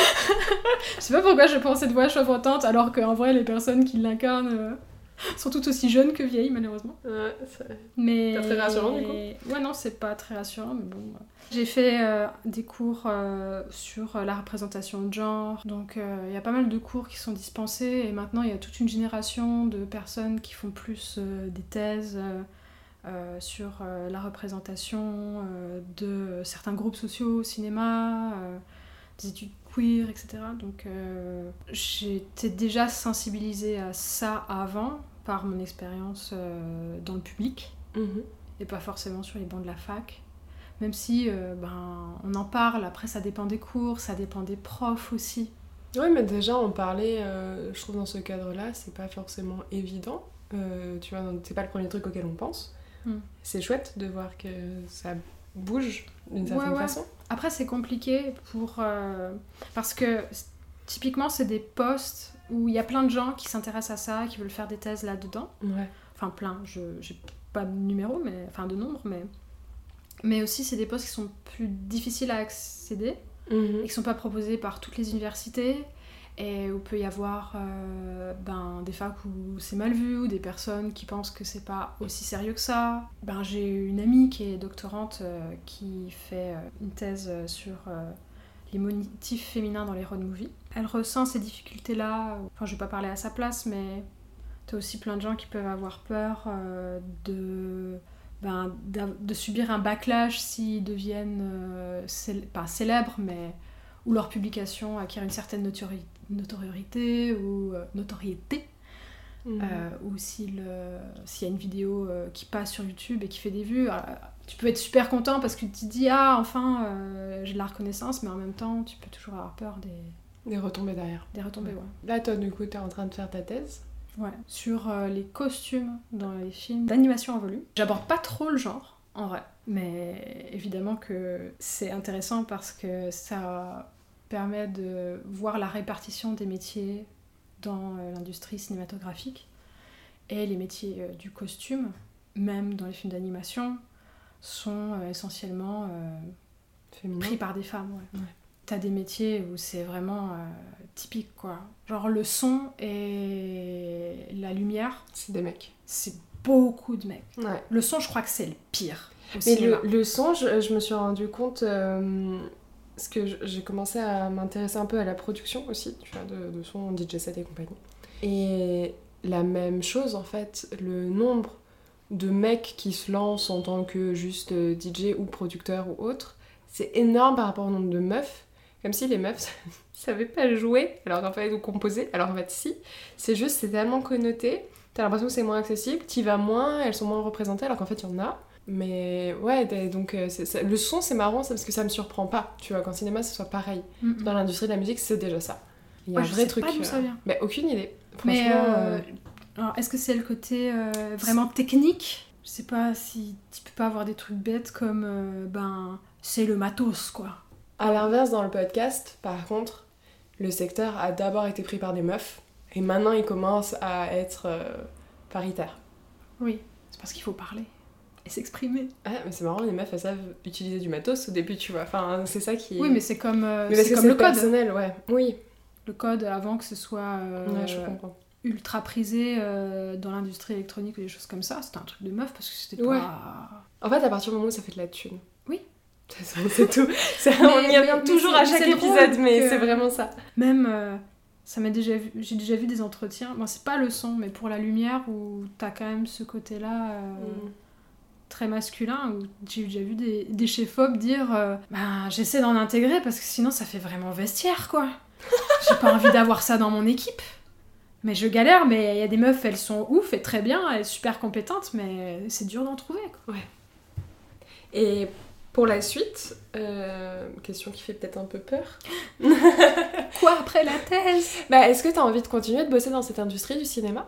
Je sais pas pourquoi je prends cette voix chevrottante alors qu'en vrai les personnes qui l'incarnent euh, sont toutes aussi jeunes que vieilles malheureusement. Ouais, ça... Mais... Pas très rassurant du coup. Ouais non, c'est pas très rassurant mais bon. J'ai fait euh, des cours euh, sur la représentation de genre, donc il euh, y a pas mal de cours qui sont dispensés et maintenant il y a toute une génération de personnes qui font plus euh, des thèses euh, euh, sur euh, la représentation euh, de certains groupes sociaux au cinéma, euh, des études queer, et cetera. Donc euh, j'étais déjà sensibilisée à ça avant par mon expérience euh, dans le public Mmh. et pas forcément sur les bancs de la fac. Même si euh, ben, on en parle, après ça dépend des cours, ça dépend des profs aussi. Ouais, mais déjà en parler, euh, je trouve dans ce cadre-là, c'est pas forcément évident. Euh, tu vois, c'est pas le premier truc auquel on pense. Mm. C'est chouette de voir que ça bouge d'une certaine ouais, ouais. façon. Après, c'est compliqué pour... Euh, parce que typiquement, c'est des postes où il y a plein de gens qui s'intéressent à ça, qui veulent faire des thèses là-dedans. Ouais. Enfin, plein, je, j'ai pas de numéro, mais... enfin de nombre, mais... Mais aussi, c'est des postes qui sont plus difficiles à accéder mmh. et qui sont pas proposés par toutes les universités et où peut y avoir euh, ben, des facs où c'est mal vu ou des personnes qui pensent que c'est pas aussi sérieux que ça. Ben, j'ai une amie qui est doctorante euh, qui fait euh, une thèse sur euh, les motifs féminins dans les road movies. Elle ressent ces difficultés-là. Enfin, je vais pas parler à sa place, mais t'as aussi plein de gens qui peuvent avoir peur euh, de... Ben, de subir un backlash s'ils deviennent euh, cél- pas célèbres, mais où leur publication acquiert une certaine notori- notoriété ou euh, notoriété, mmh. euh, ou s'il, euh, s'il y a une vidéo euh, qui passe sur YouTube et qui fait des vues, alors, tu peux être super content parce que tu te dis ah enfin euh, j'ai de la reconnaissance, mais en même temps tu peux toujours avoir peur des des retombées derrière. Des retombées, ouais. ouais. Là, toi, du coup, t'es en train de faire ta thèse. Ouais, sur euh, les costumes dans les films d'animation en volume. J'aborde pas trop le genre, en vrai, mais évidemment que c'est intéressant parce que ça permet de voir la répartition des métiers dans euh, l'industrie cinématographique et les métiers euh, du costume, même dans les films d'animation, sont euh, essentiellement euh, pris par des femmes. Ouais. Ouais. T'as des métiers où c'est vraiment euh, typique, quoi. Genre le son et la lumière. C'est des mecs. C'est beaucoup de mecs. Ouais. Le son, je crois que c'est le pire. Mais le, le son, je, je me suis rendu compte... Euh, parce que je, j'ai commencé à m'intéresser un peu à la production aussi, tu vois, de, de son, D J set et compagnie. Et la même chose, en fait, le nombre de mecs qui se lancent en tant que juste D J ou producteur ou autre, c'est énorme par rapport au nombre de meufs. Comme si les meufs savaient pas jouer, alors qu'en fait, ou composer, alors en fait si. C'est juste, c'est tellement connoté, t'as l'impression que c'est moins accessible, t'y vas moins, elles sont moins représentées, alors qu'en fait, il y en a. Mais ouais, donc c'est, c'est, le son, c'est marrant, c'est parce que ça me surprend pas, tu vois, qu'en cinéma, ce soit pareil. Mm-hmm. Dans l'industrie de la musique, c'est déjà ça. Il y a ouais, un vrai je sais truc. Pas d'où ça vient. Mais aucune idée. Franchement. Mais euh, euh... alors, est-ce que c'est le côté euh, vraiment technique ? Je sais pas si tu peux pas avoir des trucs bêtes comme, euh, ben, c'est le matos, quoi. À l'inverse, dans le podcast, par contre, le secteur a d'abord été pris par des meufs, et maintenant il commence à être euh, paritaire. Oui, c'est parce qu'il faut parler et s'exprimer. Ah, mais c'est marrant, les meufs, elles savent utiliser du matos au début, tu vois. Enfin, c'est ça qui... Oui, mais c'est comme, euh, mais c'est c'est comme le code. personnel, ouais. Oui. Le code, avant que ce soit euh, ouais, je comprends. ultra prisé euh, dans l'industrie électronique ou des choses comme ça, c'était un truc de meuf parce que c'était ouais. pas... En fait, à partir du moment où ça fait de la thune. Oui. C'est tout. C'est, mais, on y revient toujours à chaque épisode, mais que... c'est vraiment ça. Même, euh, ça m'a déjà vu, j'ai déjà vu des entretiens, bon c'est pas le son, mais pour la lumière, où t'as quand même ce côté-là euh, mm. très masculin, où j'ai déjà vu des, des chefs-op dire euh, bah, j'essaie d'en intégrer parce que sinon ça fait vraiment vestiaire, quoi. J'ai pas envie d'avoir ça dans mon équipe. Mais je galère, mais il y a des meufs, elles sont ouf et très bien, elles sont super compétentes, mais c'est dur d'en trouver, quoi. Ouais. Et pour la suite, euh, question qui fait peut-être un peu peur. Quoi après la thèse? Bah, est-ce que t'as envie de continuer de bosser dans cette industrie du cinéma?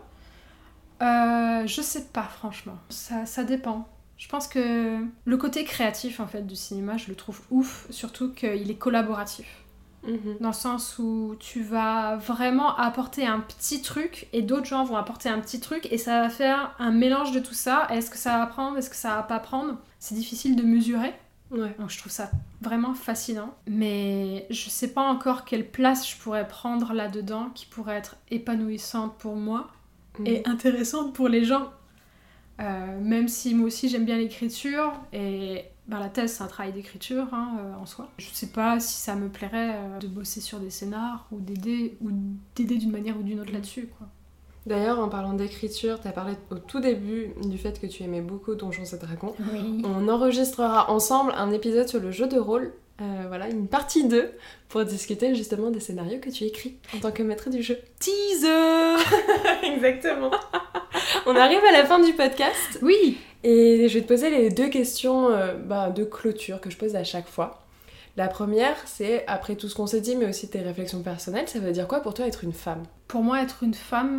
Euh, je sais pas, franchement. Ça, ça dépend. Je pense que le côté créatif, en fait, du cinéma, je le trouve ouf, surtout qu'il est collaboratif. Mm-hmm. Dans le sens où tu vas vraiment apporter un petit truc et d'autres gens vont apporter un petit truc et ça va faire un mélange de tout ça. Est-ce que ça va prendre? Est-ce que ça va pas prendre? C'est difficile de mesurer. Ouais. Donc je trouve ça vraiment fascinant. Mais je sais pas encore quelle place je pourrais prendre là-dedans qui pourrait être épanouissante pour moi mm. et intéressante pour les gens. Euh, même si moi aussi j'aime bien l'écriture et... Ben, la thèse, c'est un travail d'écriture hein, euh, en soi. Je sais pas si ça me plairait euh, de bosser sur des scénars ou d'aider, ou d'aider d'une manière ou d'une autre là-dessus, quoi. D'ailleurs, en parlant d'écriture, t'as parlé au tout début du fait que tu aimais beaucoup Donjons et Dragons. Oui. On enregistrera ensemble un épisode sur le jeu de rôle, euh, voilà, une partie deux, pour discuter justement des scénarios que tu écris en tant que maître du jeu. Teaser. Exactement. On arrive à la fin du podcast. Oui. Et je vais te poser les deux questions euh, bah, de clôture que je pose à chaque fois. La première, c'est, après tout ce qu'on s'est dit, mais aussi tes réflexions personnelles, ça veut dire quoi pour toi être une femme? Pour moi, être une femme,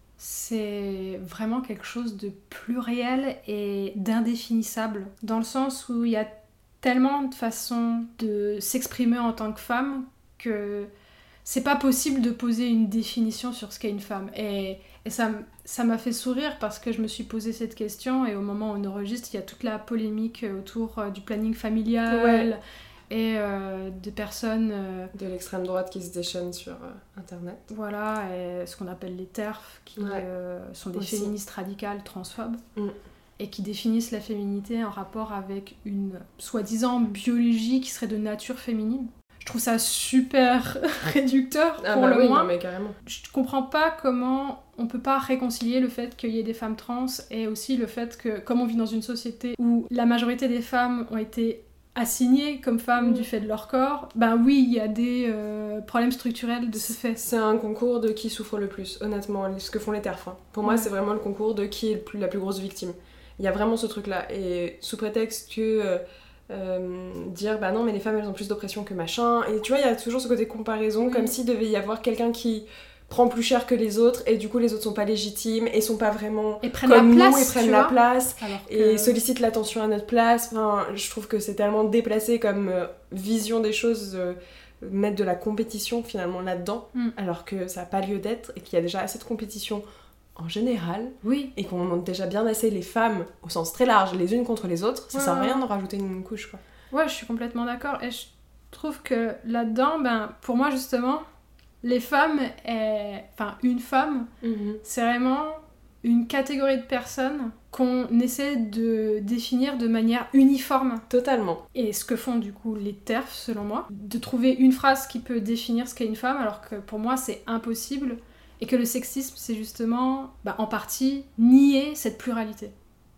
c'est vraiment quelque chose de pluriel et d'indéfinissable. Dans le sens où il y a tellement de façons de s'exprimer en tant que femme que c'est pas possible de poser une définition sur ce qu'est une femme. Et, et ça, ça m'a fait sourire parce que je me suis posé cette question et au moment où on enregistre, il y a toute la polémique autour du planning familial ouais. et euh, des personnes... Euh, de l'extrême droite qui se déchaînent sur euh, Internet. Voilà, et ce qu'on appelle les TERF, qui ouais. euh, sont des Aussi. féministes radicales transphobes. Mm. Et qui définissent la féminité en rapport avec une soi-disant biologie qui serait de nature féminine. Je trouve ça super réducteur ah pour bah le oui, moins. Non, mais carrément. Je comprends pas comment on peut pas réconcilier le fait qu'il y ait des femmes trans et aussi le fait que, comme on vit dans une société où la majorité des femmes ont été assignées comme femmes mmh. du fait de leur corps, ben oui, il y a des euh, problèmes structurels de ce fait. C'est un concours de qui souffre le plus, honnêtement, ce que font les TERF. Hein. Pour ouais. moi, c'est vraiment le concours de qui est le plus, la plus grosse victime. Il y a vraiment ce truc-là. Et sous prétexte que... Euh, Euh, dire bah non mais les femmes elles ont plus d'oppression que machin et tu vois il y a toujours ce côté comparaison oui. comme s'il devait y avoir quelqu'un qui prend plus cher que les autres et du coup les autres sont pas légitimes et sont pas vraiment et prennent comme la nous place, et prennent la vois. place que... et sollicitent l'attention à notre place. Enfin, je trouve que c'est tellement déplacé comme euh, vision des choses, euh, mettre de la compétition finalement là-dedans mm. alors que ça a pas lieu d'être et qu'il y a déjà assez de compétition en général, oui. et qu'on monte déjà bien assez les femmes au sens très large, les unes contre les autres, ça ouais. sert à rien d'en rajouter une couche, quoi. Ouais, je suis complètement d'accord, et je trouve que là-dedans, ben, pour moi justement, les femmes, est... enfin une femme, mm-hmm. c'est vraiment une catégorie de personnes qu'on essaie de définir de manière uniforme. Totalement. Et ce que font du coup les TERF, selon moi, de trouver une phrase qui peut définir ce qu'est une femme, alors que pour moi c'est impossible. Et que le sexisme, c'est justement, bah, en partie, nier cette pluralité.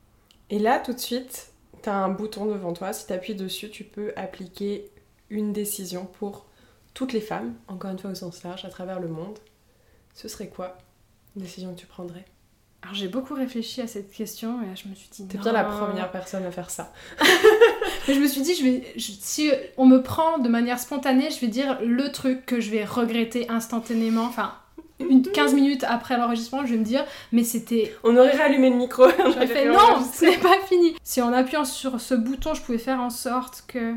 Et là, tout de suite, t'as un bouton devant toi. Si t'appuies dessus, tu peux appliquer une décision pour toutes les femmes, encore une fois au sens large, à travers le monde. Ce serait quoi une décision que tu prendrais? Alors j'ai beaucoup réfléchi à cette question et je me suis dit... T'es bien la première personne à faire ça. Mais je me suis dit, je vais, je, si on me prend de manière spontanée, je vais dire le truc que je vais regretter instantanément, enfin... Une quinze minutes après l'enregistrement, je vais me dire, mais c'était... On aurait rallumé le micro. J'aurais fait, non, ce n'est pas fini. Si en appuyant sur ce bouton, je pouvais faire en sorte que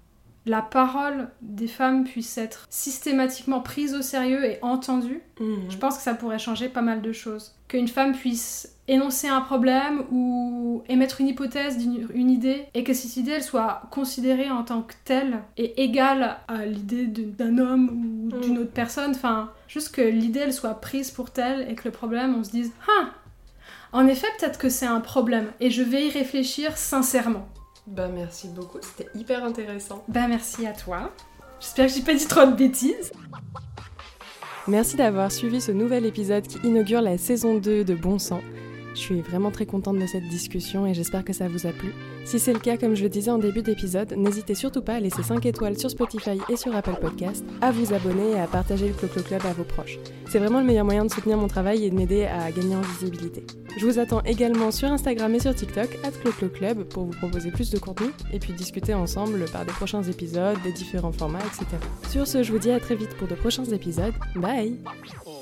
la parole des femmes puisse être systématiquement prise au sérieux et entendue, mmh. je pense que ça pourrait changer pas mal de choses. Qu'une femme puisse énoncer un problème ou émettre une hypothèse, une, une idée, et que cette idée elle soit considérée en tant que telle et égale à l'idée de, d'un homme ou mmh. d'une autre personne, enfin, juste que l'idée elle soit prise pour telle et que le problème on se dise « Ah, en effet peut-être que c'est un problème et je vais y réfléchir sincèrement ». Bah merci beaucoup, c'était hyper intéressant. Bah merci à toi. J'espère que j'ai pas dit trop de bêtises. Merci d'avoir suivi ce nouvel épisode qui inaugure la saison deux de Bon Sang. Je suis vraiment très contente de cette discussion et j'espère que ça vous a plu. Si c'est le cas, comme je le disais en début d'épisode, n'hésitez surtout pas à laisser cinq étoiles sur Spotify et sur Apple Podcast, à vous abonner et à partager le Clo-Clo Club à vos proches. C'est vraiment le meilleur moyen de soutenir mon travail et de m'aider à gagner en visibilité. Je vous attends également sur Instagram et sur TikTok, arobase Clo-Clo Club, pour vous proposer plus de contenu et puis discuter ensemble par des prochains épisodes, des différents formats, et cetera. Sur ce, je vous dis à très vite pour de prochains épisodes. Bye!